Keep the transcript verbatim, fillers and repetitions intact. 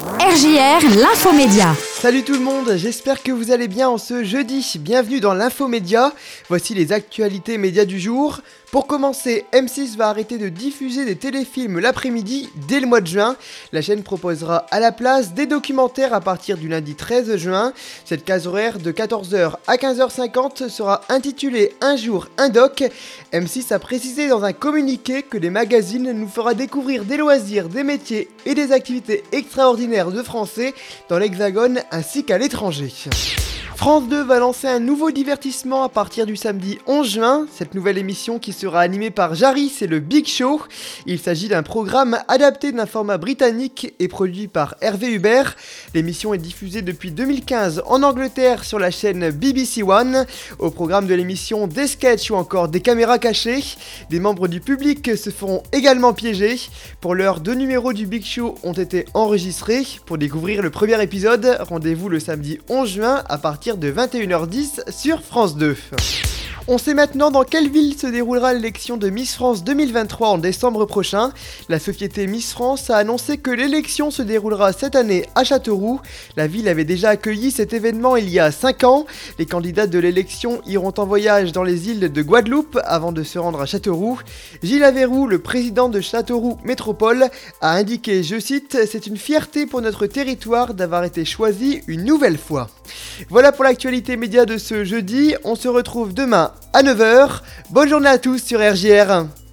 R J R, l'infomédia. Salut tout le monde, j'espère que vous allez bien en ce jeudi. Bienvenue dans l'infomédia. Voici les actualités médias du jour. Pour commencer, M six va arrêter de diffuser des téléfilms l'après-midi dès le mois de juin. La chaîne proposera à la place des documentaires à partir du lundi treize juin. Cette case horaire de quatorze heures à quinze heures cinquante sera intitulée Un jour, un doc. M six a précisé dans un communiqué que les magazines nous fera découvrir des loisirs, des métiers et des activités extraordinaires de Français dans l'Hexagone ainsi qu'à l'étranger. France deux va lancer un nouveau divertissement à partir du samedi onze juin. Cette nouvelle émission qui sera animée par Jarry, c'est le Big Show. Il s'agit d'un programme adapté d'un format britannique et produit par Hervé Hubert. L'émission est diffusée depuis deux mille quinze en Angleterre sur la chaîne B B C One. Au programme de l'émission, des sketchs ou encore des caméras cachées. Des membres du public se feront également piéger. Pour l'heure, deux numéros du Big Show ont été enregistrés. Pour découvrir le premier épisode, rendez-vous le samedi onze juin à partir de vingt et une heures dix sur France deux. On sait maintenant dans quelle ville se déroulera l'élection de Miss France deux mille vingt-trois en décembre prochain. La société Miss France a annoncé que l'élection se déroulera cette année à Châteauroux. La ville avait déjà accueilli cet événement il y a cinq ans. Les candidats de l'élection iront en voyage dans les îles de Guadeloupe avant de se rendre à Châteauroux. Gilles Averroux, le président de Châteauroux Métropole, a indiqué, je cite, « C'est une fierté pour notre territoire d'avoir été choisi une nouvelle fois ». Voilà pour l'actualité média de ce jeudi. On se retrouve demain à neuf heures. Bonne journée à tous sur R J R.